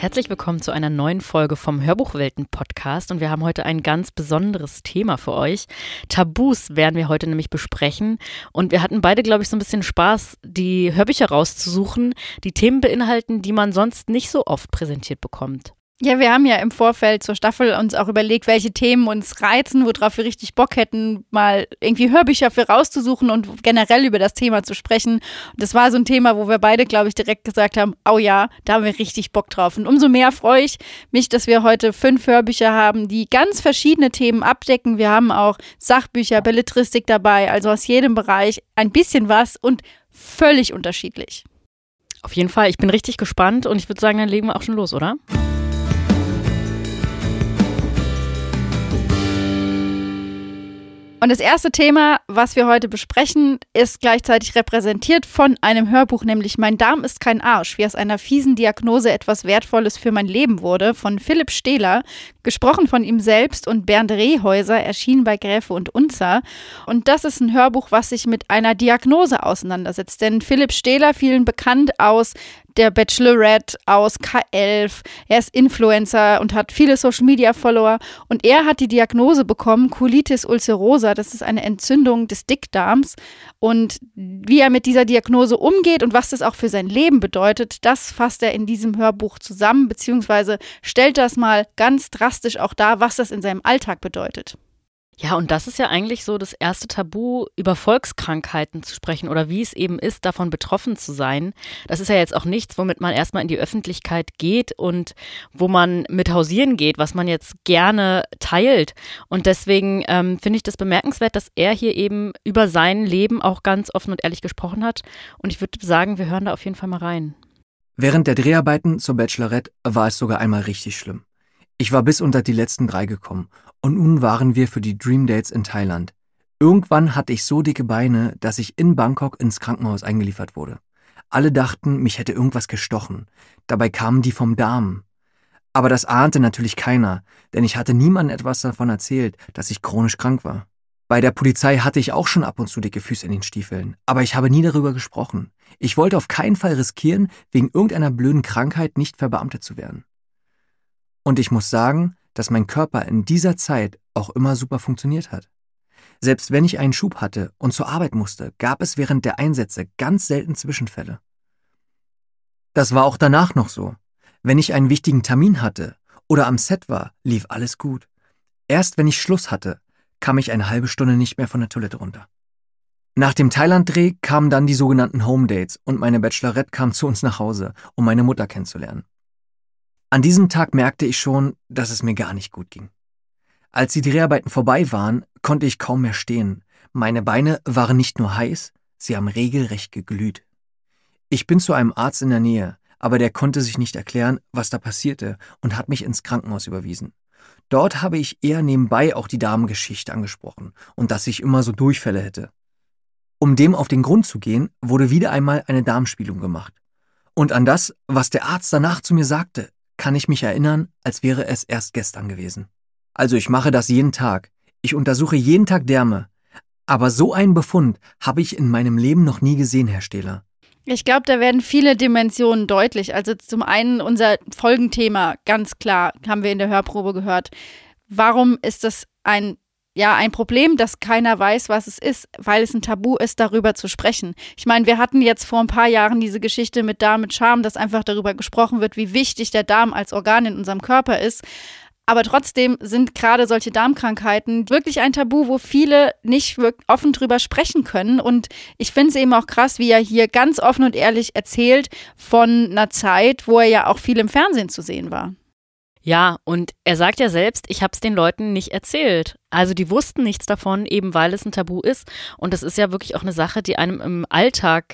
Herzlich willkommen zu einer neuen Folge vom Hörbuchwelten-Podcast und wir haben heute ein ganz besonderes Thema für euch. Tabus werden wir heute nämlich besprechen und wir hatten beide, glaube ich, so ein bisschen Spaß, die Hörbücher rauszusuchen, die Themen beinhalten, die man sonst nicht so oft präsentiert bekommt. Ja, wir haben ja im Vorfeld zur Staffel uns auch überlegt, welche Themen uns reizen, worauf wir richtig Bock hätten, mal irgendwie Hörbücher für rauszusuchen und generell über das Thema zu sprechen. Und das war so ein Thema, wo wir beide, glaube ich, direkt gesagt haben, oh ja, da haben wir richtig Bock drauf. Und umso mehr freue ich mich, dass wir heute 5 Hörbücher haben, die ganz verschiedene Themen abdecken. Wir haben auch Sachbücher, Belletristik dabei, also aus jedem Bereich ein bisschen was und völlig unterschiedlich. Auf jeden Fall, ich bin richtig gespannt und ich würde sagen, dann legen wir auch schon los, oder? Und das erste Thema, was wir heute besprechen, ist gleichzeitig repräsentiert von einem Hörbuch, nämlich Mein Darm ist kein Arsch, wie aus einer fiesen Diagnose etwas Wertvolles für mein Leben wurde, von Philipp Stehler, gesprochen von ihm selbst und Bernd Rehäuser, erschienen bei Gräfe und Unzer. Und das ist ein Hörbuch, was sich mit einer Diagnose auseinandersetzt, denn Philipp Stehler, vielen bekannt aus der Bachelorette, aus K11. Er ist Influencer und hat viele Social-Media-Follower. Und er hat die Diagnose bekommen, Colitis ulcerosa. Das ist eine Entzündung des Dickdarms. Und wie er mit dieser Diagnose umgeht und was das auch für sein Leben bedeutet, das fasst er in diesem Hörbuch zusammen, beziehungsweise stellt das mal ganz drastisch auch dar, was das in seinem Alltag bedeutet. Ja, und das ist ja eigentlich so das erste Tabu, über Volkskrankheiten zu sprechen oder wie es eben ist, davon betroffen zu sein. Das ist ja jetzt auch nichts, womit man erstmal in die Öffentlichkeit geht und wo man mit hausieren geht, was man jetzt gerne teilt. Und deswegen finde ich das bemerkenswert, dass er hier eben über sein Leben auch ganz offen und ehrlich gesprochen hat. Und ich würde sagen, wir hören da auf jeden Fall mal rein. Während der Dreharbeiten zur Bachelorette war es sogar einmal richtig schlimm. Ich war bis unter die letzten 3 gekommen und nun waren wir für die Dream Dates in Thailand. Irgendwann hatte ich so dicke Beine, dass ich in Bangkok ins Krankenhaus eingeliefert wurde. Alle dachten, mich hätte irgendwas gestochen. Dabei kamen die vom Darm. Aber das ahnte natürlich keiner, denn ich hatte niemandem etwas davon erzählt, dass ich chronisch krank war. Bei der Polizei hatte ich auch schon ab und zu dicke Füße in den Stiefeln, aber ich habe nie darüber gesprochen. Ich wollte auf keinen Fall riskieren, wegen irgendeiner blöden Krankheit nicht verbeamtet zu werden. Und ich muss sagen, dass mein Körper in dieser Zeit auch immer super funktioniert hat. Selbst wenn ich einen Schub hatte und zur Arbeit musste, gab es während der Einsätze ganz selten Zwischenfälle. Das war auch danach noch so. Wenn ich einen wichtigen Termin hatte oder am Set war, lief alles gut. Erst wenn ich Schluss hatte, kam ich eine halbe Stunde nicht mehr von der Toilette runter. Nach dem Thailand-Dreh kamen dann die sogenannten Home Dates und meine Bachelorette kam zu uns nach Hause, um meine Mutter kennenzulernen. An diesem Tag merkte ich schon, dass es mir gar nicht gut ging. Als die Dreharbeiten vorbei waren, konnte ich kaum mehr stehen. Meine Beine waren nicht nur heiß, sie haben regelrecht geglüht. Ich bin zu einem Arzt in der Nähe, aber der konnte sich nicht erklären, was da passierte und hat mich ins Krankenhaus überwiesen. Dort habe ich eher nebenbei auch die Darmgeschichte angesprochen und dass ich immer so Durchfälle hätte. Um dem auf den Grund zu gehen, wurde wieder einmal eine Darmspiegelung gemacht. Und an das, was der Arzt danach zu mir sagte, kann ich mich erinnern, als wäre es erst gestern gewesen. Also ich mache das jeden Tag. Ich untersuche jeden Tag Därme. Aber so einen Befund habe ich in meinem Leben noch nie gesehen, Herr Stehler. Ich glaube, da werden viele Dimensionen deutlich. Also zum einen unser Folgenthema, ganz klar, haben wir in der Hörprobe gehört. Warum ist das ein Problem, dass keiner weiß, was es ist, weil es ein Tabu ist, darüber zu sprechen. Ich meine, wir hatten jetzt vor ein paar Jahren diese Geschichte mit Darm mit Charme, dass einfach darüber gesprochen wird, wie wichtig der Darm als Organ in unserem Körper ist. Aber trotzdem sind gerade solche Darmkrankheiten wirklich ein Tabu, wo viele nicht offen drüber sprechen können. Und ich finde es eben auch krass, wie er hier ganz offen und ehrlich erzählt von einer Zeit, wo er ja auch viel im Fernsehen zu sehen war. Ja, und er sagt ja selbst, ich habe es den Leuten nicht erzählt. Also die wussten nichts davon, eben weil es ein Tabu ist. Und das ist ja wirklich auch eine Sache, die einem im Alltag,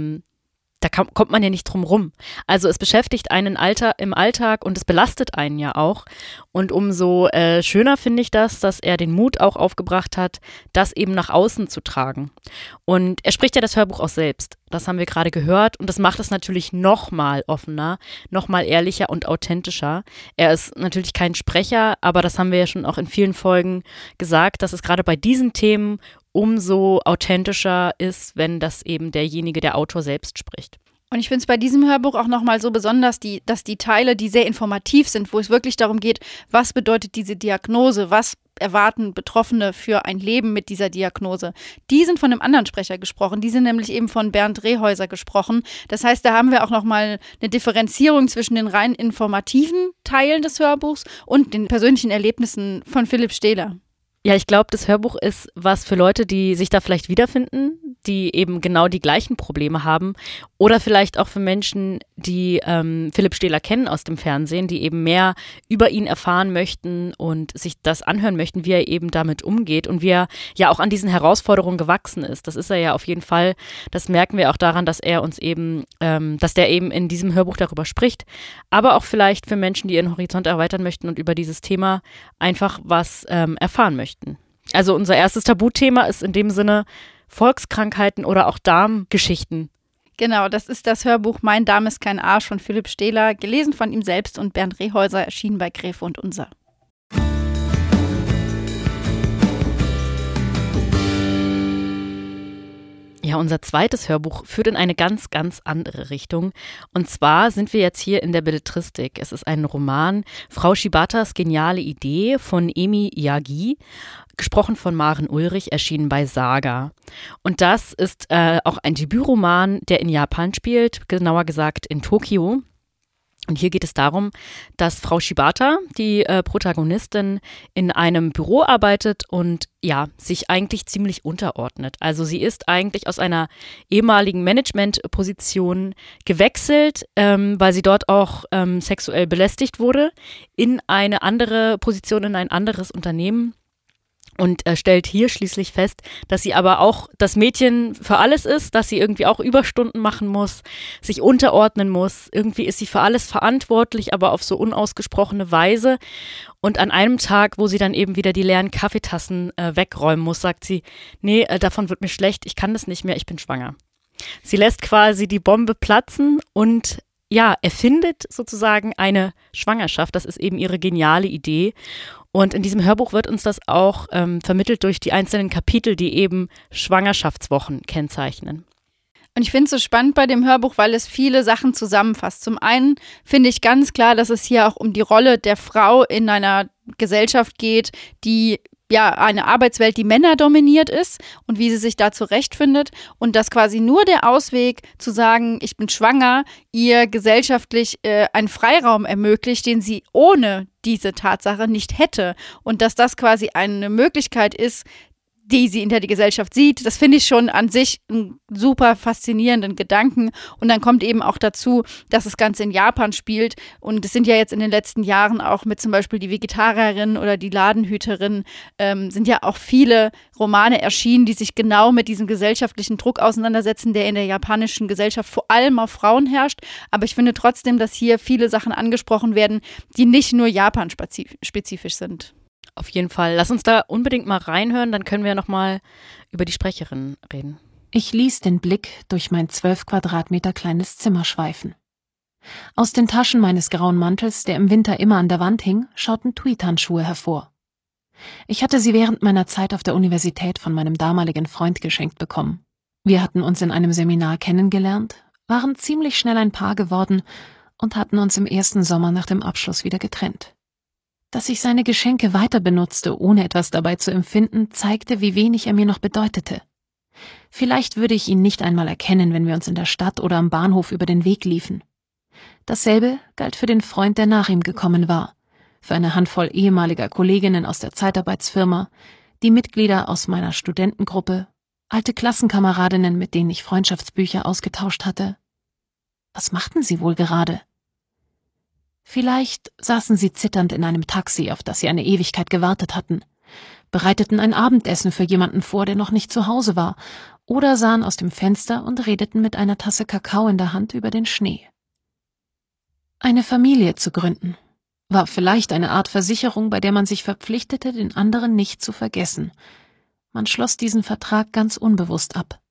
da kommt man ja nicht drum rum. Also es beschäftigt einen im Alltag und es belastet einen ja auch. Und umso schöner finde ich das, dass er den Mut auch aufgebracht hat, das eben nach außen zu tragen. Und er spricht ja das Hörbuch auch selbst. Das haben wir gerade gehört. Und das macht es natürlich noch mal offener, noch mal ehrlicher und authentischer. Er ist natürlich kein Sprecher, aber das haben wir ja schon auch in vielen Folgen gesagt, dass es gerade bei diesen Themen umso authentischer ist, wenn das eben derjenige, der Autor selbst spricht. Und ich finde es bei diesem Hörbuch auch nochmal so besonders, dass die Teile, die sehr informativ sind, wo es wirklich darum geht, was bedeutet diese Diagnose, was erwarten Betroffene für ein Leben mit dieser Diagnose, die sind von einem anderen Sprecher gesprochen. Die sind nämlich eben von Bernd Rehäuser gesprochen. Das heißt, da haben wir auch nochmal eine Differenzierung zwischen den rein informativen Teilen des Hörbuchs und den persönlichen Erlebnissen von Philipp Stehler. Ja, ich glaube, das Hörbuch ist was für Leute, die sich da vielleicht wiederfinden, die eben genau die gleichen Probleme haben, oder vielleicht auch für Menschen, die Philipp Stehler kennen aus dem Fernsehen, die eben mehr über ihn erfahren möchten und sich das anhören möchten, wie er eben damit umgeht und wie er ja auch an diesen Herausforderungen gewachsen ist. Das ist er ja auf jeden Fall. Das merken wir auch daran, dass er uns eben, dass der eben in diesem Hörbuch darüber spricht, aber auch vielleicht für Menschen, die ihren Horizont erweitern möchten und über dieses Thema einfach was erfahren möchten. Also unser erstes Tabuthema ist in dem Sinne Volkskrankheiten oder auch Darmgeschichten. Genau, das ist das Hörbuch Mein Darm ist kein Arsch von Philipp Stehler, gelesen von ihm selbst und Bernd Rehäuser, erschienen bei Gräfe und Unser. Ja, unser zweites Hörbuch führt in eine ganz, ganz andere Richtung. Und zwar sind wir jetzt hier in der Belletristik. Es ist ein Roman, Frau Shibatas geniale Idee von Emi Yagi, gesprochen von Maren Ulrich, erschienen bei Saga. Und das ist auch ein Debütroman, der in Japan spielt, genauer gesagt in Tokio. Und hier geht es darum, dass Frau Shibata, die Protagonistin, in einem Büro arbeitet und ja, sich eigentlich ziemlich unterordnet. Also sie ist eigentlich aus einer ehemaligen Managementposition gewechselt, weil sie dort auch sexuell belästigt wurde, in eine andere Position, in ein anderes Unternehmen. Und stellt hier schließlich fest, dass sie aber auch das Mädchen für alles ist, dass sie irgendwie auch Überstunden machen muss, sich unterordnen muss. Irgendwie ist sie für alles verantwortlich, aber auf so unausgesprochene Weise. Und an einem Tag, wo sie dann eben wieder die leeren Kaffeetassen wegräumen muss, sagt sie, nee, davon wird mir schlecht, ich kann das nicht mehr, ich bin schwanger. Sie lässt quasi die Bombe platzen und ja, erfindet sozusagen eine Schwangerschaft. Das ist eben ihre geniale Idee. Und in diesem Hörbuch wird uns das auch vermittelt durch die einzelnen Kapitel, die eben Schwangerschaftswochen kennzeichnen. Und ich finde es so spannend bei dem Hörbuch, weil es viele Sachen zusammenfasst. Zum einen finde ich ganz klar, dass es hier auch um die Rolle der Frau in einer Gesellschaft geht, die ja eine Arbeitswelt, die männerdominiert ist und wie sie sich da zurechtfindet und dass quasi nur der Ausweg zu sagen, ich bin schwanger, ihr gesellschaftlich einen Freiraum ermöglicht, den sie ohne diese Tatsache nicht hätte und dass das quasi eine Möglichkeit ist, die sie hinter die Gesellschaft sieht. Das finde ich schon an sich einen super faszinierenden Gedanken. Und dann kommt eben auch dazu, dass das Ganze in Japan spielt. Und es sind ja jetzt in den letzten Jahren auch mit zum Beispiel die Vegetarierin oder die Ladenhüterin, sind ja auch viele Romane erschienen, die sich genau mit diesem gesellschaftlichen Druck auseinandersetzen, der in der japanischen Gesellschaft vor allem auf Frauen herrscht. Aber ich finde trotzdem, dass hier viele Sachen angesprochen werden, die nicht nur Japan-spezifisch sind. Auf jeden Fall. Lass uns da unbedingt mal reinhören, dann können wir nochmal über die Sprecherin reden. Ich ließ den Blick durch mein 12 Quadratmeter kleines Zimmer schweifen. Aus den Taschen meines grauen Mantels, der im Winter immer an der Wand hing, schauten Tweedhandschuhe hervor. Ich hatte sie während meiner Zeit auf der Universität von meinem damaligen Freund geschenkt bekommen. Wir hatten uns in einem Seminar kennengelernt, waren ziemlich schnell ein Paar geworden und hatten uns im ersten Sommer nach dem Abschluss wieder getrennt. Dass ich seine Geschenke weiter benutzte, ohne etwas dabei zu empfinden, zeigte, wie wenig er mir noch bedeutete. Vielleicht würde ich ihn nicht einmal erkennen, wenn wir uns in der Stadt oder am Bahnhof über den Weg liefen. Dasselbe galt für den Freund, der nach ihm gekommen war, für eine Handvoll ehemaliger Kolleginnen aus der Zeitarbeitsfirma, die Mitglieder aus meiner Studentengruppe, alte Klassenkameradinnen, mit denen ich Freundschaftsbücher ausgetauscht hatte. Was machten sie wohl gerade? Vielleicht saßen sie zitternd in einem Taxi, auf das sie eine Ewigkeit gewartet hatten, bereiteten ein Abendessen für jemanden vor, der noch nicht zu Hause war, oder sahen aus dem Fenster und redeten mit einer Tasse Kakao in der Hand über den Schnee. Eine Familie zu gründen war vielleicht eine Art Versicherung, bei der man sich verpflichtete, den anderen nicht zu vergessen. Man schloss diesen Vertrag ganz unbewusst ab.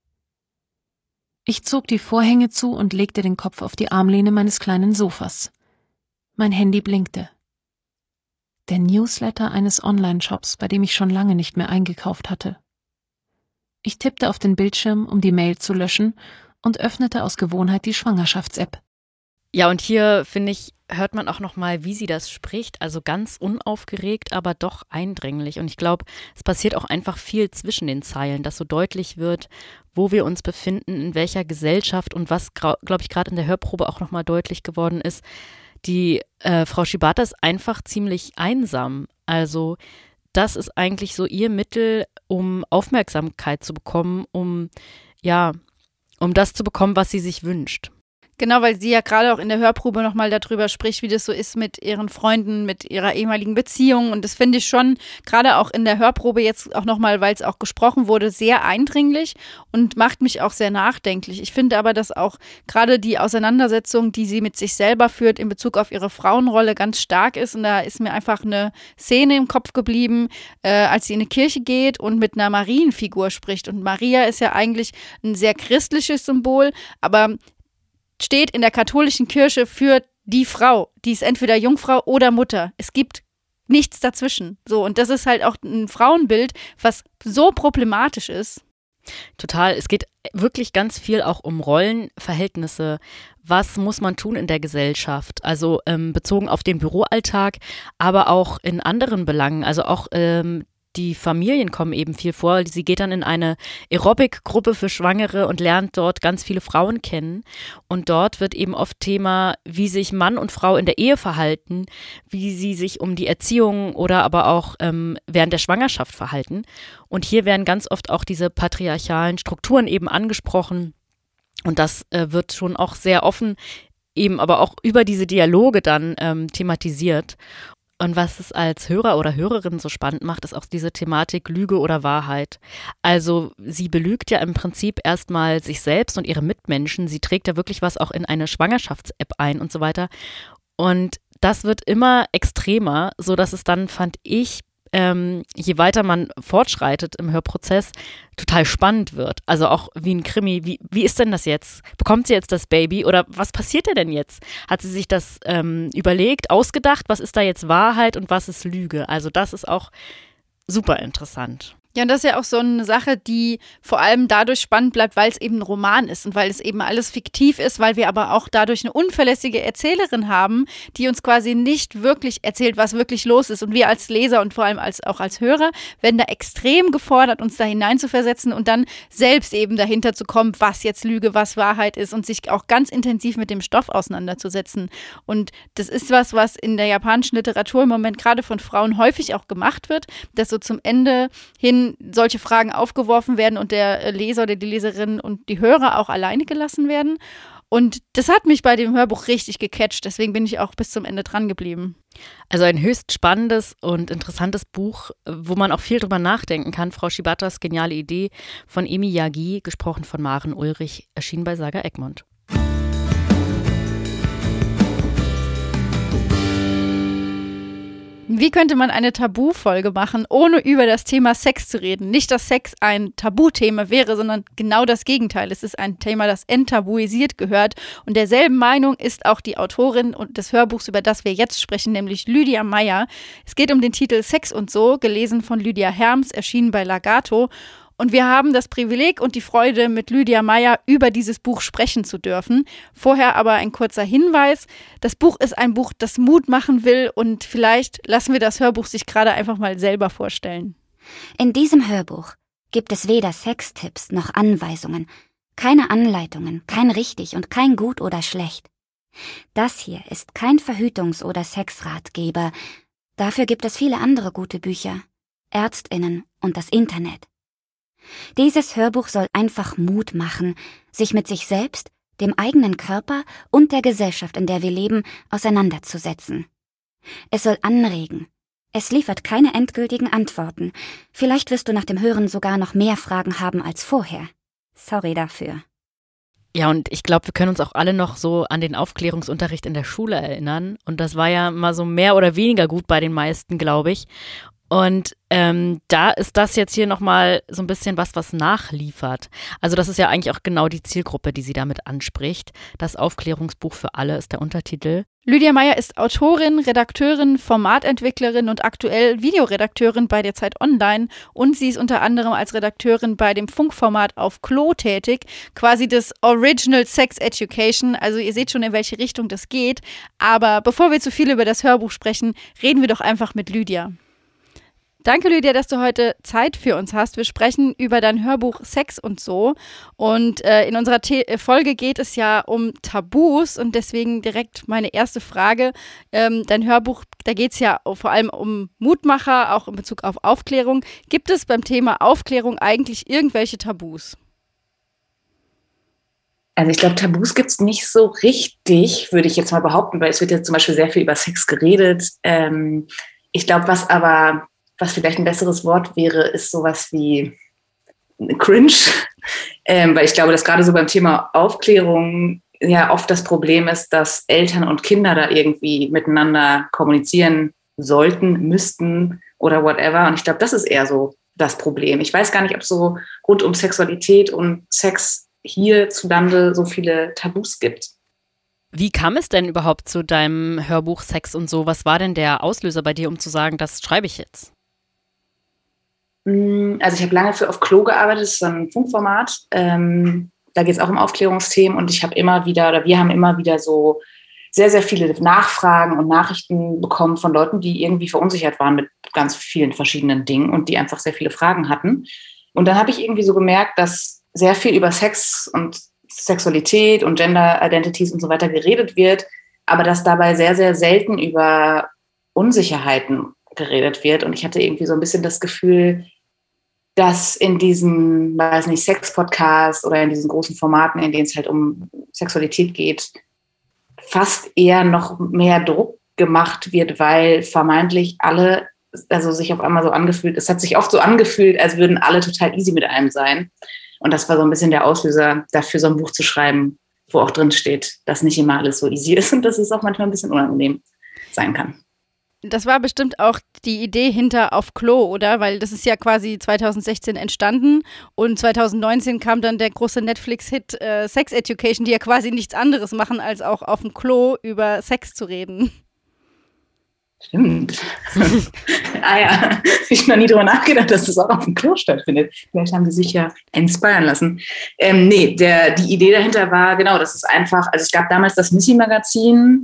Ich zog die Vorhänge zu und legte den Kopf auf die Armlehne meines kleinen Sofas. Mein Handy blinkte. Der Newsletter eines Online-Shops, bei dem ich schon lange nicht mehr eingekauft hatte. Ich tippte auf den Bildschirm, um die Mail zu löschen, und öffnete aus Gewohnheit die Schwangerschafts-App. Ja, und hier, finde ich, hört man auch nochmal, wie sie das spricht. Also ganz unaufgeregt, aber doch eindringlich. Und ich glaube, es passiert auch einfach viel zwischen den Zeilen, dass so deutlich wird, wo wir uns befinden, in welcher Gesellschaft und was, glaube ich, gerade in der Hörprobe auch nochmal deutlich geworden ist. Die Frau Shibata ist einfach ziemlich einsam. Also das ist eigentlich so ihr Mittel, um Aufmerksamkeit zu bekommen, um das zu bekommen, was sie sich wünscht. Genau, weil sie ja gerade auch in der Hörprobe nochmal darüber spricht, wie das so ist mit ihren Freunden, mit ihrer ehemaligen Beziehung. Und das finde ich schon, gerade auch in der Hörprobe jetzt auch nochmal, weil es auch gesprochen wurde, sehr eindringlich und macht mich auch sehr nachdenklich. Ich finde aber, dass auch gerade die Auseinandersetzung, die sie mit sich selber führt in Bezug auf ihre Frauenrolle, ganz stark ist. Und da ist mir einfach eine Szene im Kopf geblieben, als sie in eine Kirche geht und mit einer Marienfigur spricht. Und Maria ist ja eigentlich ein sehr christliches Symbol, aber steht in der katholischen Kirche für die Frau. Die ist entweder Jungfrau oder Mutter. Es gibt nichts dazwischen. So, und das ist halt auch ein Frauenbild, was so problematisch ist. Total. Es geht wirklich ganz viel auch um Rollenverhältnisse. Was muss man tun in der Gesellschaft? Also bezogen auf den Büroalltag, aber auch in anderen Belangen. Also auch die Familien kommen eben viel vor. Sie geht dann in eine Aerobic-Gruppe für Schwangere und lernt dort ganz viele Frauen kennen. Und dort wird eben oft Thema, wie sich Mann und Frau in der Ehe verhalten, wie sie sich um die Erziehung oder aber auch während der Schwangerschaft verhalten. Und hier werden ganz oft auch diese patriarchalen Strukturen eben angesprochen. Und das wird schon auch sehr offen, eben aber auch über diese Dialoge dann thematisiert. Und was es als Hörer oder Hörerin so spannend macht, ist auch diese Thematik Lüge oder Wahrheit. Also sie belügt ja im Prinzip erstmal sich selbst und ihre Mitmenschen. Sie trägt ja wirklich was auch in eine Schwangerschafts-App ein und so weiter. Und das wird immer extremer, sodass es dann, fand ich, je weiter man fortschreitet im Hörprozess, total spannend wird. Also auch wie ein Krimi. Wie ist denn das jetzt? Bekommt sie jetzt das Baby oder was passiert denn jetzt? Hat sie sich das überlegt, ausgedacht? Was ist da jetzt Wahrheit und was ist Lüge? Also das ist auch super interessant. Ja, und das ist ja auch so eine Sache, die vor allem dadurch spannend bleibt, weil es eben ein Roman ist und weil es eben alles fiktiv ist, weil wir aber auch dadurch eine unverlässige Erzählerin haben, die uns quasi nicht wirklich erzählt, was wirklich los ist. Und wir als Leser und vor allem auch als Hörer werden da extrem gefordert, uns da hineinzuversetzen und dann selbst eben dahinter zu kommen, was jetzt Lüge, was Wahrheit ist und sich auch ganz intensiv mit dem Stoff auseinanderzusetzen. Und das ist was in der japanischen Literatur im Moment gerade von Frauen häufig auch gemacht wird, dass so zum Ende hin solche Fragen aufgeworfen werden und der Leser oder die Leserin und die Hörer auch alleine gelassen werden. Und das hat mich bei dem Hörbuch richtig gecatcht, deswegen bin ich auch bis zum Ende dran geblieben. Also ein höchst spannendes und interessantes Buch, wo man auch viel drüber nachdenken kann. Frau Shibatas geniale Idee von Emi Yagi, gesprochen von Maren Ulrich, erschien bei Saga Egmont. Wie könnte man eine Tabu-Folge machen, ohne über das Thema Sex zu reden? Nicht, dass Sex ein Tabuthema wäre, sondern genau das Gegenteil. Es ist ein Thema, das enttabuisiert gehört. Und derselben Meinung ist auch die Autorin des Hörbuchs, über das wir jetzt sprechen, nämlich Lydia Meyer. Es geht um den Titel Sex und so, gelesen von Lydia Herms, erschienen bei Lagato. Und wir haben das Privileg und die Freude, mit Lydia Meyer über dieses Buch sprechen zu dürfen. Vorher aber ein kurzer Hinweis. Das Buch ist ein Buch, das Mut machen will und vielleicht lassen wir das Hörbuch sich gerade einfach mal selber vorstellen. In diesem Hörbuch gibt es weder Sextipps noch Anweisungen, keine Anleitungen, kein richtig und kein gut oder schlecht. Das hier ist kein Verhütungs- oder Sexratgeber. Dafür gibt es viele andere gute Bücher, ÄrztInnen und das Internet. Dieses Hörbuch soll einfach Mut machen, sich mit sich selbst, dem eigenen Körper und der Gesellschaft, in der wir leben, auseinanderzusetzen. Es soll anregen. Es liefert keine endgültigen Antworten. Vielleicht wirst du nach dem Hören sogar noch mehr Fragen haben als vorher. Sorry dafür. Ja, und ich glaube, wir können uns auch alle noch so an den Aufklärungsunterricht in der Schule erinnern. Und das war ja mal so mehr oder weniger gut bei den meisten, glaube ich. Und da ist das jetzt hier nochmal so ein bisschen was nachliefert. Also das ist ja eigentlich auch genau die Zielgruppe, die sie damit anspricht. Das Aufklärungsbuch für alle ist der Untertitel. Lydia Meyer ist Autorin, Redakteurin, Formatentwicklerin und aktuell Videoredakteurin bei der Zeit Online. Und sie ist unter anderem als Redakteurin bei dem Funkformat Auf Klo tätig. Quasi das Original Sex Education. Also ihr seht schon, in welche Richtung das geht. Aber bevor wir zu viel über das Hörbuch sprechen, reden wir doch einfach mit Lydia. Danke, Lydia, dass du heute Zeit für uns hast. Wir sprechen über dein Hörbuch Sex und so. Und in unserer Folge geht es ja um Tabus und deswegen direkt meine erste Frage. Dein Hörbuch, da geht es ja vor allem um Mutmacher, auch in Bezug auf Aufklärung. Gibt es beim Thema Aufklärung eigentlich irgendwelche Tabus? Also ich glaube, Tabus gibt es nicht so richtig, würde ich jetzt mal behaupten, weil es wird ja zum Beispiel sehr viel über Sex geredet. Ich glaube, was vielleicht ein besseres Wort wäre, ist sowas wie cringe, weil ich glaube, dass gerade so beim Thema Aufklärung ja oft das Problem ist, dass Eltern und Kinder da irgendwie miteinander kommunizieren sollten, müssten oder whatever. Und ich glaube, das ist eher so das Problem. Ich weiß gar nicht, ob so rund um Sexualität und Sex hierzulande so viele Tabus gibt. Wie kam es denn überhaupt zu deinem Hörbuch Sex und so? Was war denn der Auslöser bei dir, um zu sagen, das schreibe ich jetzt? Also ich habe lange für Auf Klo gearbeitet, das ist ein Funkformat. Da geht es auch um Aufklärungsthemen und wir haben immer wieder so sehr, sehr viele Nachfragen und Nachrichten bekommen von Leuten, die irgendwie verunsichert waren mit ganz vielen verschiedenen Dingen und die einfach sehr viele Fragen hatten. Und dann habe ich irgendwie so gemerkt, dass sehr viel über Sex und Sexualität und Gender Identities und so weiter geredet wird, aber dass dabei sehr, sehr selten über Unsicherheiten geredet wird. Und ich hatte irgendwie so ein bisschen das Gefühl, dass in diesen, Sex-Podcasts oder in diesen großen Formaten, in denen es halt um Sexualität geht, fast eher noch mehr Druck gemacht wird, weil vermeintlich alle, also sich auf einmal so angefühlt, es hat sich oft so angefühlt, als würden alle total easy mit einem sein. Und das war so ein bisschen der Auslöser dafür, so ein Buch zu schreiben, wo auch drin steht, dass nicht immer alles so easy ist und dass es auch manchmal ein bisschen unangenehm sein kann. Das war bestimmt auch die Idee hinter Auf Klo, oder? Weil das ist ja quasi 2016 entstanden und 2019 kam dann der große Netflix-Hit Sex Education, die ja quasi nichts anderes machen, als auch auf dem Klo über Sex zu reden. Stimmt. Ja, ich habe noch nie drüber nachgedacht, dass das auch auf dem Klo stattfindet. Vielleicht haben sie sich ja inspirieren lassen. Die Idee dahinter war, genau, das ist einfach, also es gab damals das Missy-Magazin,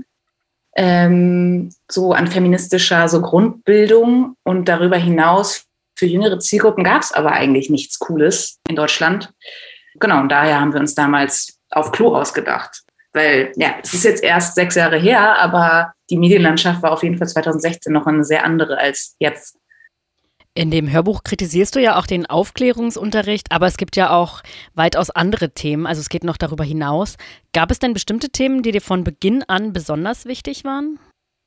so an feministischer so Grundbildung und darüber hinaus für jüngere Zielgruppen gab es aber eigentlich nichts Cooles in Deutschland. Genau, und daher haben wir uns damals Auf Klo ausgedacht. Weil, ja, es ist jetzt erst 6 Jahre her, aber die Medienlandschaft war auf jeden Fall 2016 noch eine sehr andere als jetzt. In dem Hörbuch kritisierst du ja auch den Aufklärungsunterricht, aber es gibt ja auch weitaus andere Themen, also es geht noch darüber hinaus. Gab es denn bestimmte Themen, die dir von Beginn an besonders wichtig waren?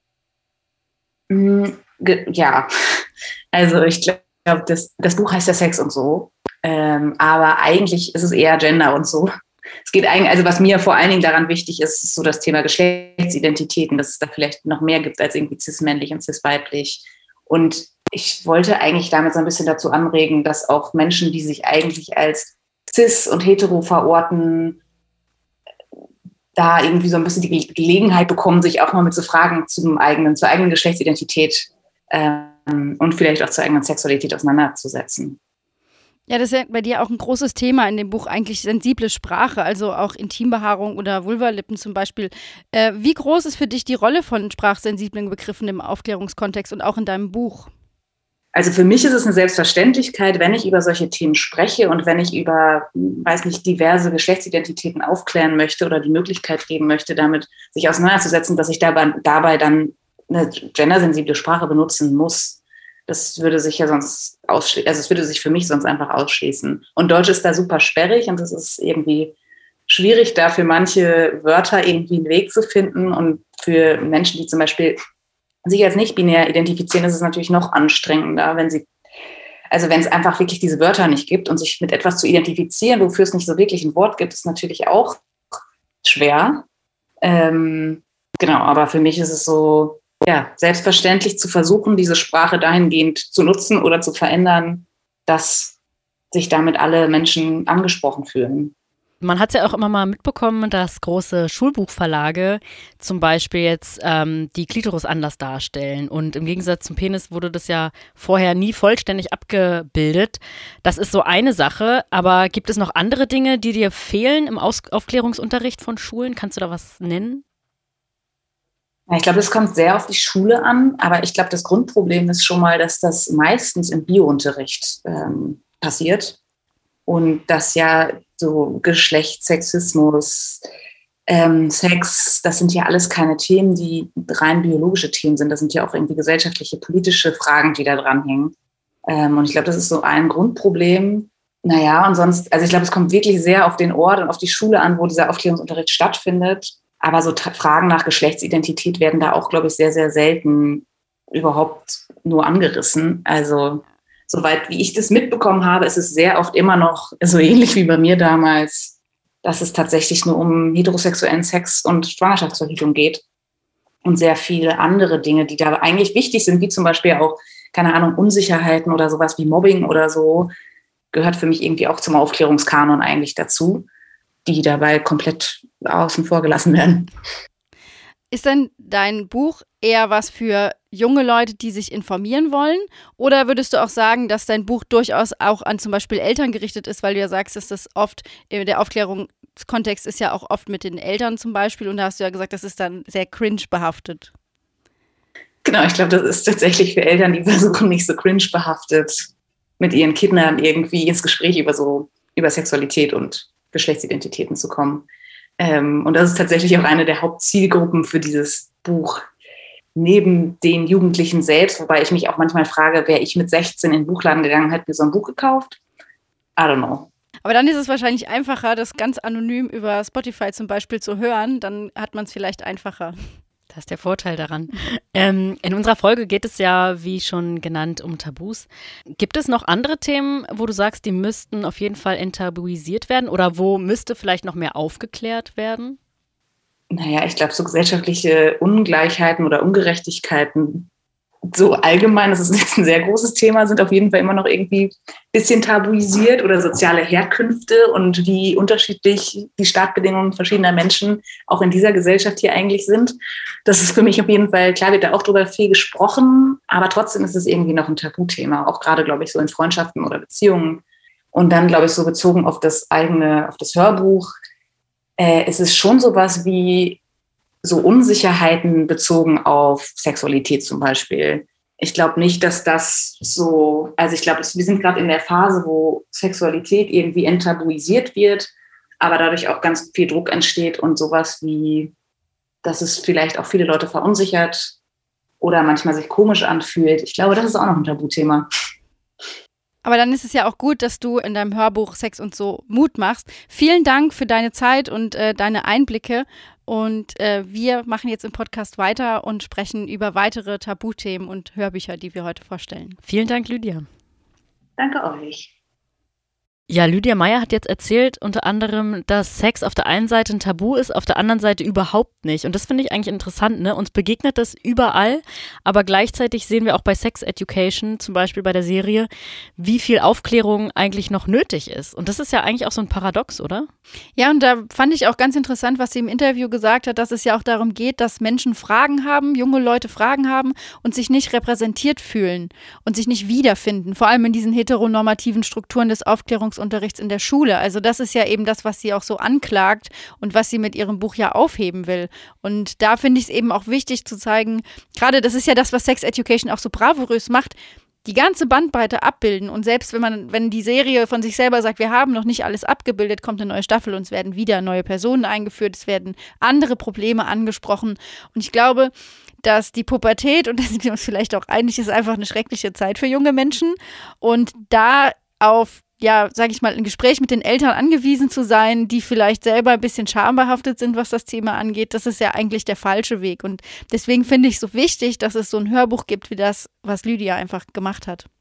Ja, also ich glaube, das Buch heißt ja Sex und so, aber eigentlich ist es eher Gender und so. Es geht eigentlich, also was mir vor allen Dingen daran wichtig ist, ist so das Thema Geschlechtsidentitäten, dass es da vielleicht noch mehr gibt als irgendwie cis-männlich und cis-weiblich. Und ich wollte eigentlich damit so ein bisschen dazu anregen, dass auch Menschen, die sich eigentlich als cis und hetero verorten, da irgendwie so ein bisschen die Gelegenheit bekommen, sich auch mal mit so Fragen zur eigenen Geschlechtsidentität und vielleicht auch zur eigenen Sexualität auseinanderzusetzen. Ja, das ist ja bei dir auch ein großes Thema in dem Buch, eigentlich sensible Sprache, also auch Intimbehaarung oder Vulvalippen zum Beispiel. Wie groß ist für dich die Rolle von sprachsensiblen Begriffen im Aufklärungskontext und auch in deinem Buch? Also für mich ist es eine Selbstverständlichkeit, wenn ich über solche Themen spreche und wenn ich über, diverse Geschlechtsidentitäten aufklären möchte oder die Möglichkeit geben möchte, damit sich auseinanderzusetzen, dass ich dabei dann eine gendersensible Sprache benutzen muss. Das würde sich ja sonst ausschließen, also es würde sich für mich sonst einfach ausschließen. Und Deutsch ist da super sperrig und es ist irgendwie schwierig, da für manche Wörter irgendwie einen Weg zu finden. Und für Menschen, die zum Beispiel sich als nicht binär identifizieren, ist es natürlich noch anstrengender, wenn es einfach wirklich diese Wörter nicht gibt und sich mit etwas zu identifizieren, wofür es nicht so wirklich ein Wort gibt, ist natürlich auch schwer. Genau, aber für mich ist es so, selbstverständlich zu versuchen, diese Sprache dahingehend zu nutzen oder zu verändern, dass sich damit alle Menschen angesprochen fühlen. Man hat es ja auch immer mal mitbekommen, dass große Schulbuchverlage zum Beispiel jetzt die Klitoris anders darstellen. Und im Gegensatz zum Penis wurde das ja vorher nie vollständig abgebildet. Das ist so eine Sache. Aber gibt es noch andere Dinge, die dir fehlen im Aufklärungsunterricht von Schulen? Kannst du da was nennen? Ja, ich glaube, das kommt sehr auf die Schule an. Aber ich glaube, das Grundproblem ist schon mal, dass das meistens im Biounterricht passiert. Und dass ja so Geschlecht, Sexismus, Sex, das sind ja alles keine Themen, die rein biologische Themen sind. Das sind ja auch irgendwie gesellschaftliche, politische Fragen, die da dranhängen. Und ich glaube, das ist so ein Grundproblem. Naja, und sonst, also ich glaube, es kommt wirklich sehr auf den Ort und auf die Schule an, wo dieser Aufklärungsunterricht stattfindet. Aber so Fragen nach Geschlechtsidentität werden da auch, glaube ich, sehr, sehr selten überhaupt nur angerissen. Also soweit wie ich das mitbekommen habe, ist es sehr oft immer noch so ähnlich wie bei mir damals, dass es tatsächlich nur um heterosexuellen Sex und Schwangerschaftsverhütung geht und sehr viele andere Dinge, die da eigentlich wichtig sind, wie zum Beispiel auch, keine Ahnung, Unsicherheiten oder sowas wie Mobbing oder so, gehört für mich irgendwie auch zum Aufklärungskanon eigentlich dazu, die dabei komplett außen vor gelassen werden. Ist denn dein Buch eher was für junge Leute, die sich informieren wollen? Oder würdest du auch sagen, dass dein Buch durchaus auch an zum Beispiel Eltern gerichtet ist, weil du ja sagst, dass das oft, der Aufklärungskontext ist ja auch oft mit den Eltern zum Beispiel und da hast du ja gesagt, das ist dann sehr cringe behaftet. Genau, ich glaube, das ist tatsächlich für Eltern, die versuchen, nicht so cringe behaftet mit ihren Kindern irgendwie ins Gespräch über Sexualität und Geschlechtsidentitäten zu kommen. Und das ist tatsächlich auch eine der Hauptzielgruppen für dieses Buch, neben den Jugendlichen selbst, wobei ich mich auch manchmal frage, wäre ich mit 16 in den Buchladen gegangen, hätte mir so ein Buch gekauft? I don't know. Aber dann ist es wahrscheinlich einfacher, das ganz anonym über Spotify zum Beispiel zu hören, dann hat man es vielleicht einfacher. Das ist der Vorteil daran. In unserer Folge geht es ja, wie schon genannt, um Tabus. Gibt es noch andere Themen, wo du sagst, die müssten auf jeden Fall enttabuisiert werden oder wo müsste vielleicht noch mehr aufgeklärt werden? Naja, ich glaube, so gesellschaftliche Ungleichheiten oder Ungerechtigkeiten, so allgemein, das ist jetzt ein sehr großes Thema, sind auf jeden Fall immer noch irgendwie ein bisschen tabuisiert oder soziale Herkünfte und wie unterschiedlich die Startbedingungen verschiedener Menschen auch in dieser Gesellschaft hier eigentlich sind. Das ist für mich auf jeden Fall, klar wird da auch drüber viel gesprochen, aber trotzdem ist es irgendwie noch ein Tabuthema, auch gerade, glaube ich, so in Freundschaften oder Beziehungen. Und dann, glaube ich, so bezogen auf das Hörbuch, es ist schon sowas wie so Unsicherheiten bezogen auf Sexualität zum Beispiel. Ich glaube nicht, dass das so, also ich glaube, wir sind gerade in der Phase, wo Sexualität irgendwie enttabuisiert wird, aber dadurch auch ganz viel Druck entsteht und sowas wie, dass es vielleicht auch viele Leute verunsichert oder manchmal sich komisch anfühlt. Ich glaube, das ist auch noch ein Tabuthema. Aber dann ist es ja auch gut, dass du in deinem Hörbuch Sex und so Mut machst. Vielen Dank für deine Zeit und deine Einblicke. Und wir machen jetzt im Podcast weiter und sprechen über weitere Tabuthemen und Hörbücher, die wir heute vorstellen. Vielen Dank, Lydia. Danke euch. Ja, Lydia Meyer hat jetzt erzählt unter anderem, dass Sex auf der einen Seite ein Tabu ist, auf der anderen Seite überhaupt nicht. Und das finde ich eigentlich interessant, ne? Uns begegnet das überall, aber gleichzeitig sehen wir auch bei Sex Education, zum Beispiel bei der Serie, wie viel Aufklärung eigentlich noch nötig ist. Und das ist ja eigentlich auch so ein Paradox, oder? Ja, und da fand ich auch ganz interessant, was sie im Interview gesagt hat, dass es ja auch darum geht, dass Menschen Fragen haben, junge Leute Fragen haben und sich nicht repräsentiert fühlen und sich nicht wiederfinden, vor allem in diesen heteronormativen Strukturen des Aufklärungsunterrichts in der Schule. Also das ist ja eben das, was sie auch so anklagt und was sie mit ihrem Buch ja aufheben will. Und da finde ich es eben auch wichtig zu zeigen, gerade das ist ja das, was Sex Education auch so bravourös macht, die ganze Bandbreite abbilden und selbst wenn die Serie von sich selber sagt, wir haben noch nicht alles abgebildet, kommt eine neue Staffel und es werden wieder neue Personen eingeführt, es werden andere Probleme angesprochen und ich glaube, dass die Pubertät, und da sind wir uns vielleicht auch einig, ist einfach eine schreckliche Zeit für junge Menschen und da auf sage ich mal, ein Gespräch mit den Eltern angewiesen zu sein, die vielleicht selber ein bisschen schambehaftet sind, was das Thema angeht, das ist ja eigentlich der falsche Weg. Und deswegen finde ich es so wichtig, dass es so ein Hörbuch gibt, wie das, was Lydia einfach gemacht hat.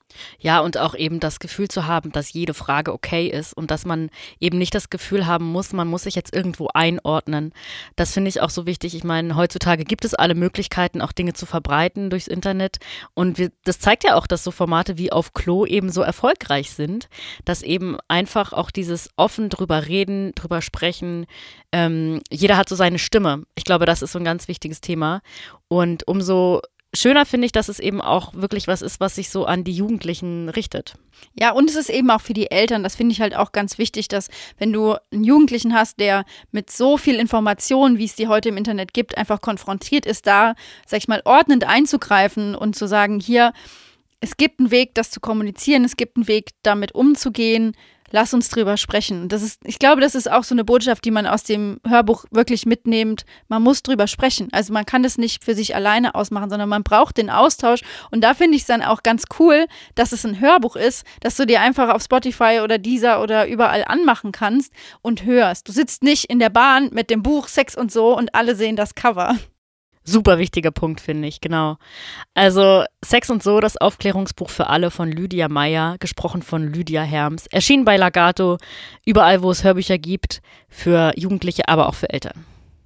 Ja, und auch eben das Gefühl zu haben, dass jede Frage okay ist und dass man eben nicht das Gefühl haben muss, man muss sich jetzt irgendwo einordnen. Das finde ich auch so wichtig. Ich meine, heutzutage gibt es alle Möglichkeiten, auch Dinge zu verbreiten durchs Internet. Und das zeigt ja auch, dass so Formate wie Auf Klo eben so erfolgreich sind, dass eben einfach auch dieses offen drüber reden, drüber sprechen, jeder hat so seine Stimme. Ich glaube, das ist so ein ganz wichtiges Thema. Und umso schöner finde ich, dass es eben auch wirklich was ist, was sich so an die Jugendlichen richtet. Ja, und es ist eben auch für die Eltern, das finde ich halt auch ganz wichtig, dass wenn du einen Jugendlichen hast, der mit so viel Information, wie es die heute im Internet gibt, einfach konfrontiert ist, da, sag ich mal, ordnend einzugreifen und zu sagen, hier, es gibt einen Weg, das zu kommunizieren, es gibt einen Weg, damit umzugehen, lass uns drüber sprechen. Ich glaube, das ist auch so eine Botschaft, die man aus dem Hörbuch wirklich mitnimmt. Man muss drüber sprechen. Also man kann das nicht für sich alleine ausmachen, sondern man braucht den Austausch. Und da finde ich es dann auch ganz cool, dass es ein Hörbuch ist, dass du dir einfach auf Spotify oder Deezer oder überall anmachen kannst und hörst. Du sitzt nicht in der Bahn mit dem Buch Sex und so und alle sehen das Cover. Super wichtiger Punkt, finde ich, genau. Also Sex und so, das Aufklärungsbuch für alle von Lydia Meyer, gesprochen von Lydia Herms, erschienen bei Lagato, überall, wo es Hörbücher gibt, für Jugendliche, aber auch für Eltern.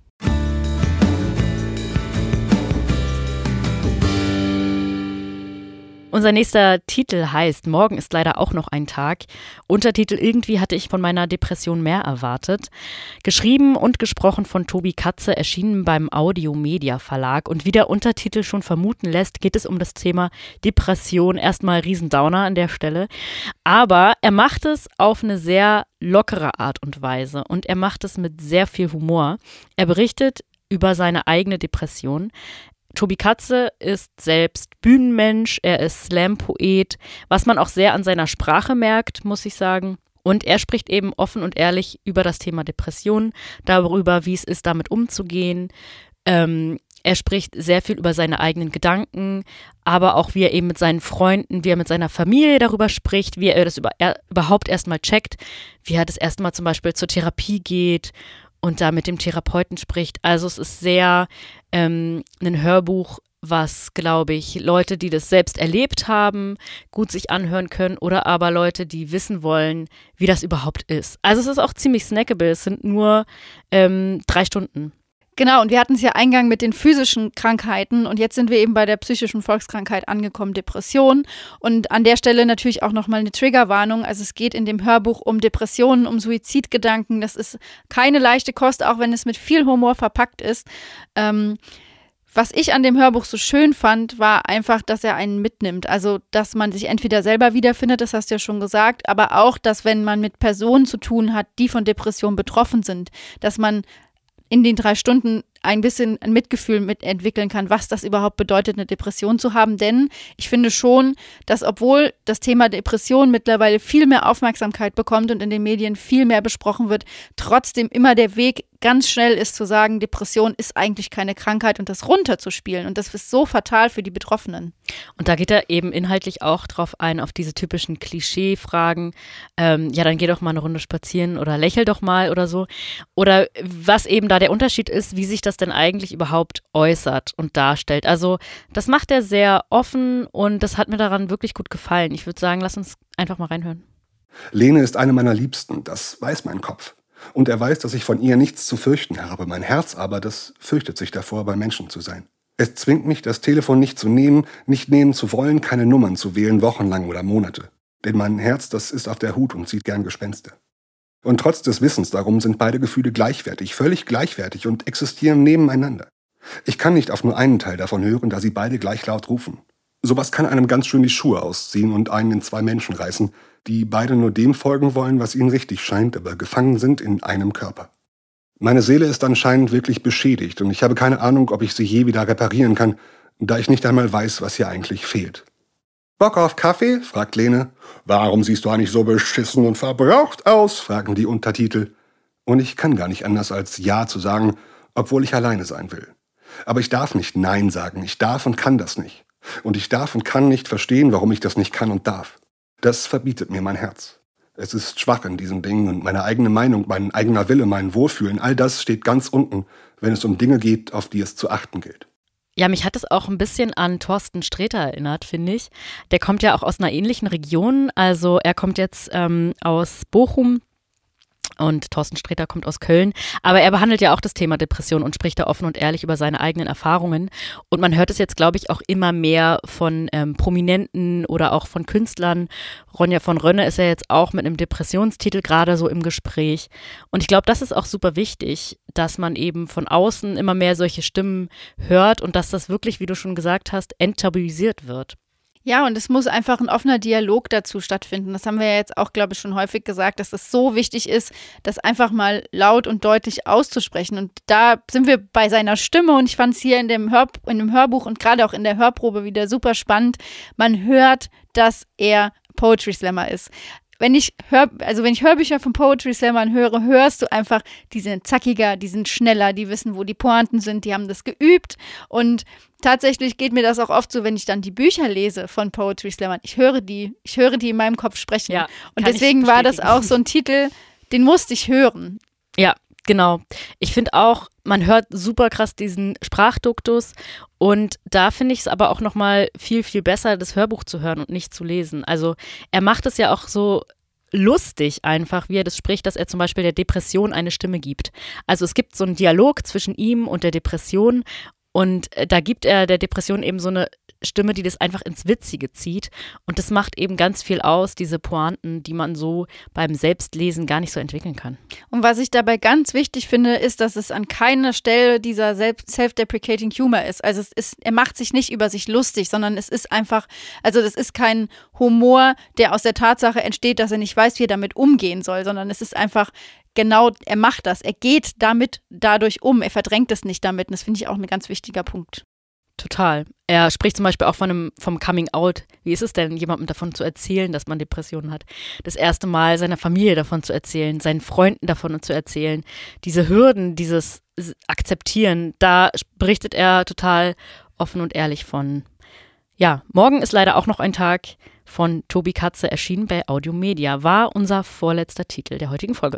Unser nächster Titel heißt Morgen ist leider auch noch ein Tag. Untertitel Irgendwie hatte ich von meiner Depression mehr erwartet. Geschrieben und gesprochen von Tobi Katze, erschienen beim Audio-Media Verlag. Und wie der Untertitel schon vermuten lässt, geht es um das Thema Depression. Erstmal Riesendowner an der Stelle. Aber er macht es auf eine sehr lockere Art und Weise. Und er macht es mit sehr viel Humor. Er berichtet über seine eigene Depression. Tobi Katze ist selbst Bühnenmensch, er ist Slam-Poet, was man auch sehr an seiner Sprache merkt, muss ich sagen. Und er spricht eben offen und ehrlich über das Thema Depressionen, darüber, wie es ist, damit umzugehen. Er spricht sehr viel über seine eigenen Gedanken, aber auch wie er eben mit seinen Freunden, wie er mit seiner Familie darüber spricht, wie er das überhaupt erstmal checkt, wie er das erstmal zum Beispiel zur Therapie geht und da mit dem Therapeuten spricht. Also es ist sehr ein Hörbuch, was, glaube ich, Leute, die das selbst erlebt haben, gut sich anhören können oder aber Leute, die wissen wollen, wie das überhaupt ist. Also es ist auch ziemlich snackable, es sind nur 3 Stunden. Genau, und wir hatten es ja eingangs mit den physischen Krankheiten und jetzt sind wir eben bei der psychischen Volkskrankheit angekommen, Depression. Und an der Stelle natürlich auch nochmal eine Triggerwarnung. Also es geht in dem Hörbuch um Depressionen, um Suizidgedanken. Das ist keine leichte Kost, auch wenn es mit viel Humor verpackt ist. Was ich an dem Hörbuch so schön fand, war einfach, dass er einen mitnimmt. Also, dass man sich entweder selber wiederfindet, das hast du ja schon gesagt, aber auch, dass wenn man mit Personen zu tun hat, die von Depressionen betroffen sind, dass man in den 3 Stunden ein bisschen ein Mitgefühl mitentwickeln kann, was das überhaupt bedeutet, eine Depression zu haben. Denn ich finde schon, dass obwohl das Thema Depression mittlerweile viel mehr Aufmerksamkeit bekommt und in den Medien viel mehr besprochen wird, trotzdem immer der Weg ganz schnell ist zu sagen, Depression ist eigentlich keine Krankheit und das runterzuspielen. Und das ist so fatal für die Betroffenen. Und da geht er eben inhaltlich auch drauf ein, auf diese typischen Klischee-Fragen. Ja, dann geh doch mal eine Runde spazieren oder lächel doch mal oder so. Oder was eben da der Unterschied ist, wie sich das denn eigentlich überhaupt äußert und darstellt. Also das macht er sehr offen und das hat mir daran wirklich gut gefallen. Ich würde sagen, lass uns einfach mal reinhören. Lene ist eine meiner Liebsten, das weiß mein Kopf. Und er weiß, dass ich von ihr nichts zu fürchten habe. Mein Herz aber, das fürchtet sich davor, bei Menschen zu sein. Es zwingt mich, das Telefon nicht zu nehmen, nicht nehmen zu wollen, keine Nummern zu wählen, wochenlang oder Monate. Denn mein Herz, das ist auf der Hut und sieht gern Gespenster. Und trotz des Wissens darum sind beide Gefühle gleichwertig, völlig gleichwertig und existieren nebeneinander. Ich kann nicht auf nur einen Teil davon hören, da sie beide gleich laut rufen. Sowas kann einem ganz schön die Schuhe ausziehen und einen in 2 Menschen reißen, die beide nur dem folgen wollen, was ihnen richtig scheint, aber gefangen sind in einem Körper. Meine Seele ist anscheinend wirklich beschädigt und ich habe keine Ahnung, ob ich sie je wieder reparieren kann, da ich nicht einmal weiß, was hier eigentlich fehlt. »Bock auf Kaffee?« fragt Lene. »Warum siehst du eigentlich so beschissen und verbraucht aus?« fragen die Untertitel. Und ich kann gar nicht anders als Ja zu sagen, obwohl ich alleine sein will. Aber ich darf nicht Nein sagen, ich darf und kann das nicht. Und ich darf und kann nicht verstehen, warum ich das nicht kann und darf. Das verbietet mir mein Herz. Es ist schwach in diesen Dingen und meine eigene Meinung, mein eigener Wille, mein Wohlfühlen, all das steht ganz unten, wenn es um Dinge geht, auf die es zu achten gilt. Ja, mich hat es auch ein bisschen an Thorsten Sträter erinnert, finde ich. Der kommt ja auch aus einer ähnlichen Region. Also er kommt jetzt aus Bochum. Und Thorsten Sträter kommt aus Köln. Aber er behandelt ja auch das Thema Depression und spricht da offen und ehrlich über seine eigenen Erfahrungen. Und man hört es jetzt, glaube ich, auch immer mehr von Prominenten oder auch von Künstlern. Ronja von Rönne ist ja jetzt auch mit einem Depressionstitel gerade so im Gespräch. Und ich glaube, das ist auch super wichtig, dass man eben von außen immer mehr solche Stimmen hört und dass das wirklich, wie du schon gesagt hast, enttabuisiert wird. Ja, und es muss einfach ein offener Dialog dazu stattfinden. Das haben wir ja jetzt auch, glaube ich, schon häufig gesagt, dass es so wichtig ist, das einfach mal laut und deutlich auszusprechen. Und da sind wir bei seiner Stimme und ich fand es hier in dem Hörbuch und gerade auch in der Hörprobe wieder super spannend. Man hört, dass er Poetry Slammer ist. Wenn ich Hörbücher von Poetry Slammern höre, hörst du einfach, die sind zackiger, die sind schneller, die wissen, wo die Pointen sind, die haben das geübt. Und tatsächlich geht mir das auch oft so, wenn ich dann die Bücher lese von Poetry Slammern. Ich höre die in meinem Kopf sprechen. Ja, und deswegen war das auch so ein Titel, den musste ich hören. Ja, genau. Ich finde auch, man hört super krass diesen Sprachduktus und da finde ich es aber auch nochmal viel, viel besser, das Hörbuch zu hören und nicht zu lesen. Also er macht es ja auch so lustig einfach, wie er das spricht, dass er zum Beispiel der Depression eine Stimme gibt. Also es gibt so einen Dialog zwischen ihm und der Depression und da gibt er der Depression eben so eine Stimme, die das einfach ins Witzige zieht. Und das macht eben ganz viel aus, diese Pointen, die man so beim Selbstlesen gar nicht so entwickeln kann. Und was ich dabei ganz wichtig finde, ist, dass es an keiner Stelle dieser self-deprecating Humor ist. Also er macht sich nicht über sich lustig, sondern es ist einfach, also das ist kein Humor, der aus der Tatsache entsteht, dass er nicht weiß, wie er damit umgehen soll, sondern es ist einfach genau, er macht das. Er geht dadurch um. Er verdrängt es nicht damit. Und das finde ich auch ein ganz wichtiger Punkt. Total. Er spricht zum Beispiel auch vom Coming Out. Wie ist es denn, jemandem davon zu erzählen, dass man Depressionen hat? Das erste Mal seiner Familie davon zu erzählen, seinen Freunden davon zu erzählen. Diese Hürden, dieses Akzeptieren, da berichtet er total offen und ehrlich von. Ja, morgen ist leider auch noch ein Tag von Tobi Katze, erschienen bei Audiomedia, war unser vorletzter Titel der heutigen Folge.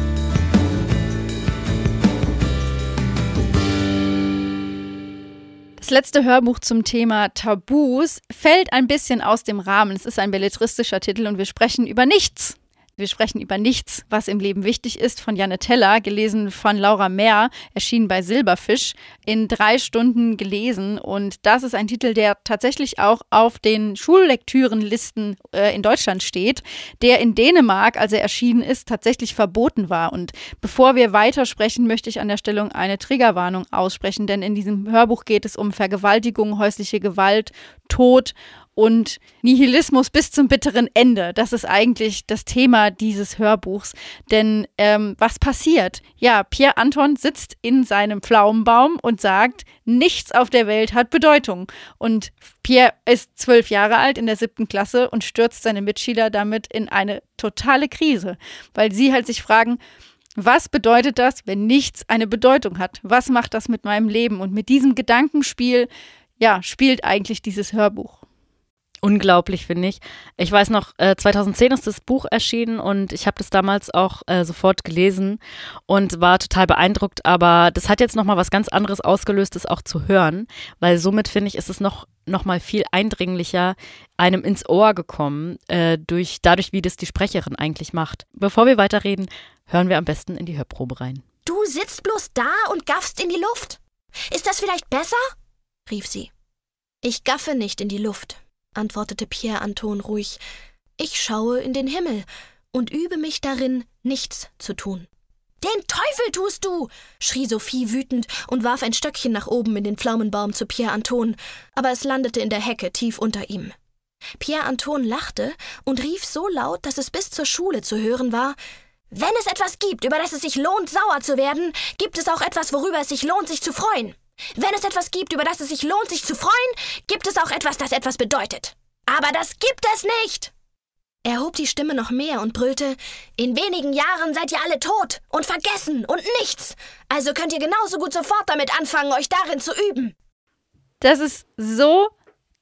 Das letzte Hörbuch zum Thema Tabus fällt ein bisschen aus dem Rahmen. Es ist ein belletristischer Titel und wir sprechen über nichts. Wir sprechen über nichts, was im Leben wichtig ist, von Janne Teller, gelesen von Laura Mehr, erschienen bei Silberfisch, in 3 Stunden gelesen. Und das ist ein Titel, der tatsächlich auch auf den Schullektürenlisten in Deutschland steht, der in Dänemark, als er erschienen ist, tatsächlich verboten war. Und bevor wir weitersprechen, möchte ich an der Stelle eine Triggerwarnung aussprechen, denn in diesem Hörbuch geht es um Vergewaltigung, häusliche Gewalt, Tod und Nihilismus bis zum bitteren Ende. Das ist eigentlich das Thema dieses Hörbuchs. Denn was passiert? Ja, Pierre Anton sitzt in seinem Pflaumenbaum und sagt, nichts auf der Welt hat Bedeutung. Und Pierre ist 12 Jahre alt, in der 7. Klasse und stürzt seine Mitschüler damit in eine totale Krise. Weil sie halt sich fragen, was bedeutet das, wenn nichts eine Bedeutung hat? Was macht das mit meinem Leben? Und mit diesem Gedankenspiel, ja, spielt eigentlich dieses Hörbuch. Unglaublich, finde ich. Ich weiß noch, 2010 ist das Buch erschienen und ich habe das damals auch sofort gelesen und war total beeindruckt, aber das hat jetzt nochmal was ganz anderes ausgelöst, das auch zu hören, weil somit, finde ich, ist es noch mal viel eindringlicher einem ins Ohr gekommen, dadurch, wie das die Sprecherin eigentlich macht. Bevor wir weiterreden, hören wir am besten in die Hörprobe rein. Du sitzt bloß da und gaffst in die Luft. Ist das vielleicht besser? Rief sie. Ich gaffe nicht in die Luft, antwortete Pierre Anton ruhig. Ich schaue in den Himmel und übe mich darin, nichts zu tun. Den Teufel tust du, schrie Sophie wütend und warf ein Stöckchen nach oben in den Pflaumenbaum zu Pierre Anton, aber es landete in der Hecke tief unter ihm. Pierre Anton lachte und rief so laut, dass es bis zur Schule zu hören war: Wenn es etwas gibt, über das es sich lohnt, sauer zu werden, gibt es auch etwas, worüber es sich lohnt, sich zu freuen. Wenn es etwas gibt, über das es sich lohnt, sich zu freuen, gibt es auch etwas, das etwas bedeutet. Aber das gibt es nicht! Er hob die Stimme noch mehr und brüllte: In wenigen Jahren seid ihr alle tot und vergessen und nichts. Also könnt ihr genauso gut sofort damit anfangen, euch darin zu üben. Das ist so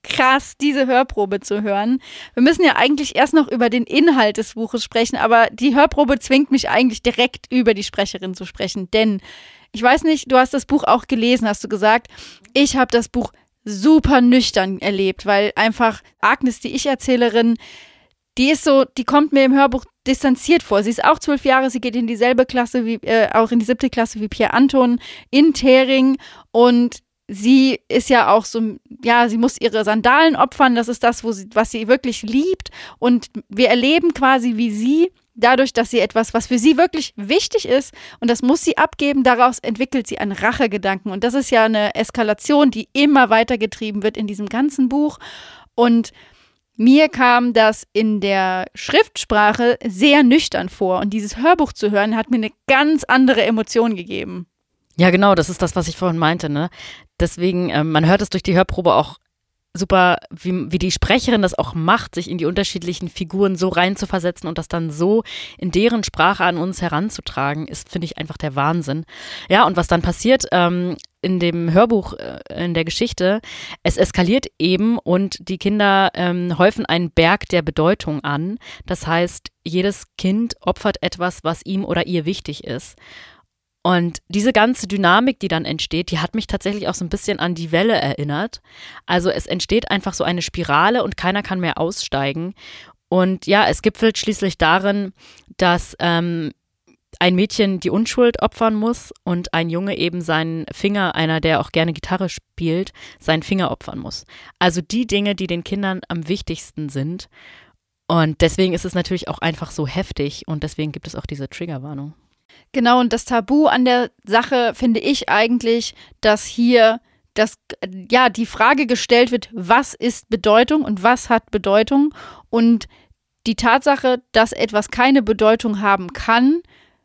krass, diese Hörprobe zu hören. Wir müssen ja eigentlich erst noch über den Inhalt des Buches sprechen, aber die Hörprobe zwingt mich eigentlich direkt über die Sprecherin zu sprechen, denn ich weiß nicht, du hast das Buch auch gelesen, hast du gesagt. Ich habe das Buch super nüchtern erlebt, weil einfach Agnes, die Ich-Erzählerin, die kommt mir im Hörbuch distanziert vor. Sie ist auch 12 Jahre, sie geht in dieselbe Klasse auch in die 7. Klasse wie Pierre Anton in Thering und sie ist ja auch so, ja, sie muss ihre Sandalen opfern, das ist das, was sie wirklich liebt und wir erleben quasi, wie sie dadurch, dass sie etwas, was für sie wirklich wichtig ist und das muss sie abgeben, daraus entwickelt sie einen Rachegedanken und das ist ja eine Eskalation, die immer weitergetrieben wird in diesem ganzen Buch und mir kam das in der Schriftsprache sehr nüchtern vor und dieses Hörbuch zu hören hat mir eine ganz andere Emotion gegeben. Ja, genau, das ist das, was ich vorhin meinte, ne? Deswegen, man hört es durch die Hörprobe auch super, wie die Sprecherin das auch macht, sich in die unterschiedlichen Figuren so reinzuversetzen und das dann so in deren Sprache an uns heranzutragen, ist, finde ich, einfach der Wahnsinn. Ja, und was dann passiert in dem Hörbuch, in der Geschichte, es eskaliert eben und die Kinder häufen einen Berg der Bedeutung an. Das heißt, jedes Kind opfert etwas, was ihm oder ihr wichtig ist. Und diese ganze Dynamik, die dann entsteht, die hat mich tatsächlich auch so ein bisschen an die Welle erinnert. Also es entsteht einfach so eine Spirale und keiner kann mehr aussteigen. Und ja, es gipfelt schließlich darin, dass ein Mädchen die Unschuld opfern muss und ein Junge eben seinen Finger, einer, der auch gerne Gitarre spielt, seinen Finger opfern muss. Also die Dinge, die den Kindern am wichtigsten sind. Und deswegen ist es natürlich auch einfach so heftig und deswegen gibt es auch diese Triggerwarnung. Genau, und das Tabu an der Sache finde ich eigentlich, dass hier die Frage gestellt wird, was ist Bedeutung und was hat Bedeutung? Und die Tatsache, dass etwas keine Bedeutung haben kann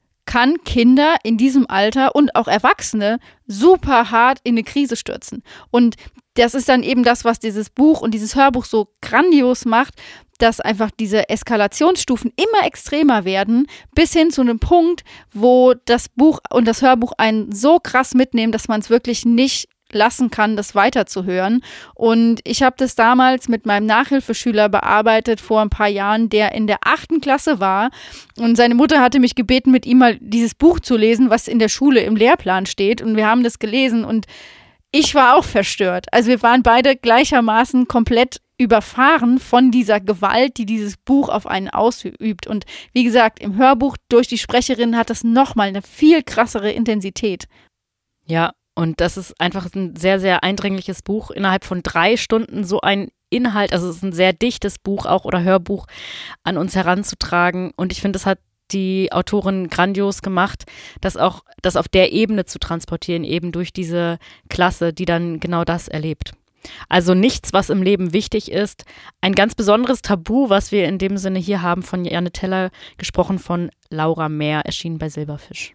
Kinder in diesem Alter und auch Erwachsene super hart in eine Krise stürzen. Und das ist dann eben das, was dieses Buch und dieses Hörbuch so grandios macht, dass einfach diese Eskalationsstufen immer extremer werden, bis hin zu einem Punkt, wo das Buch und das Hörbuch einen so krass mitnehmen, dass man es wirklich nicht lassen kann, das weiterzuhören. Und ich habe das damals mit meinem Nachhilfeschüler bearbeitet vor ein paar Jahren, der in der 8. Klasse war. Und seine Mutter hatte mich gebeten, mit ihm mal dieses Buch zu lesen, was in der Schule im Lehrplan steht. Und wir haben das gelesen und ich war auch verstört. Also wir waren beide gleichermaßen komplett überfahren von dieser Gewalt, die dieses Buch auf einen ausübt. Und wie gesagt, im Hörbuch durch die Sprecherin hat das nochmal eine viel krassere Intensität. Ja, und das ist einfach ein sehr, sehr eindringliches Buch. Innerhalb von 3 Stunden so ein Inhalt, also es ist ein sehr dichtes Buch auch oder Hörbuch an uns heranzutragen. Und ich finde, es hat die Autorin grandios gemacht, das auch das auf der Ebene zu transportieren, eben durch diese Klasse, die dann genau das erlebt. Also nichts, was im Leben wichtig ist. Ein ganz besonderes Tabu, was wir in dem Sinne hier haben, von Janne Teller, gesprochen von Laura Mehr, erschienen bei Silberfisch.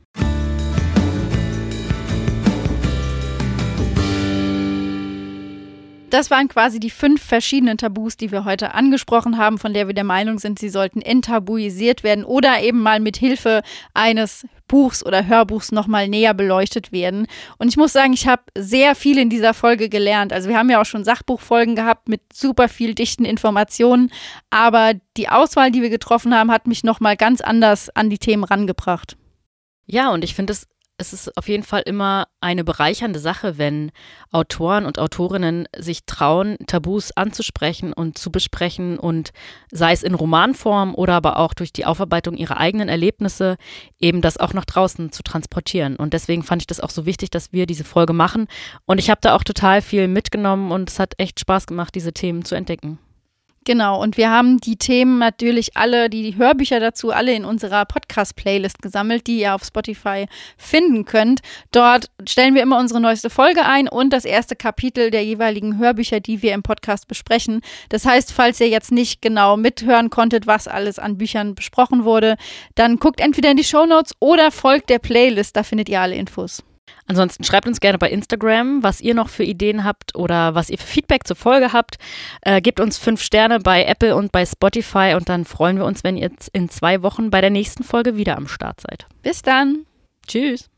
Das waren quasi die 5 verschiedenen Tabus, die wir heute angesprochen haben, von der wir der Meinung sind, sie sollten enttabuisiert werden oder eben mal mit Hilfe eines Buchs oder Hörbuchs nochmal näher beleuchtet werden. Und ich muss sagen, ich habe sehr viel in dieser Folge gelernt. Also wir haben ja auch schon Sachbuchfolgen gehabt mit super viel dichten Informationen, aber die Auswahl, die wir getroffen haben, hat mich nochmal ganz anders an die Themen rangebracht. Ja, und ich finde es ist auf jeden Fall immer eine bereichernde Sache, wenn Autoren und Autorinnen sich trauen, Tabus anzusprechen und zu besprechen und sei es in Romanform oder aber auch durch die Aufarbeitung ihrer eigenen Erlebnisse eben das auch nach draußen zu transportieren. Und deswegen fand ich das auch so wichtig, dass wir diese Folge machen. Und ich habe da auch total viel mitgenommen und es hat echt Spaß gemacht, diese Themen zu entdecken. Genau, und wir haben die Themen natürlich alle, die Hörbücher dazu, alle in unserer Podcast-Playlist gesammelt, die ihr auf Spotify finden könnt. Dort stellen wir immer unsere neueste Folge ein und das erste Kapitel der jeweiligen Hörbücher, die wir im Podcast besprechen. Das heißt, falls ihr jetzt nicht genau mithören konntet, was alles an Büchern besprochen wurde, dann guckt entweder in die Shownotes oder folgt der Playlist, da findet ihr alle Infos. Ansonsten schreibt uns gerne bei Instagram, was ihr noch für Ideen habt oder was ihr für Feedback zur Folge habt. Gebt uns 5 Sterne bei Apple und bei Spotify und dann freuen wir uns, wenn ihr in 2 Wochen bei der nächsten Folge wieder am Start seid. Bis dann. Tschüss.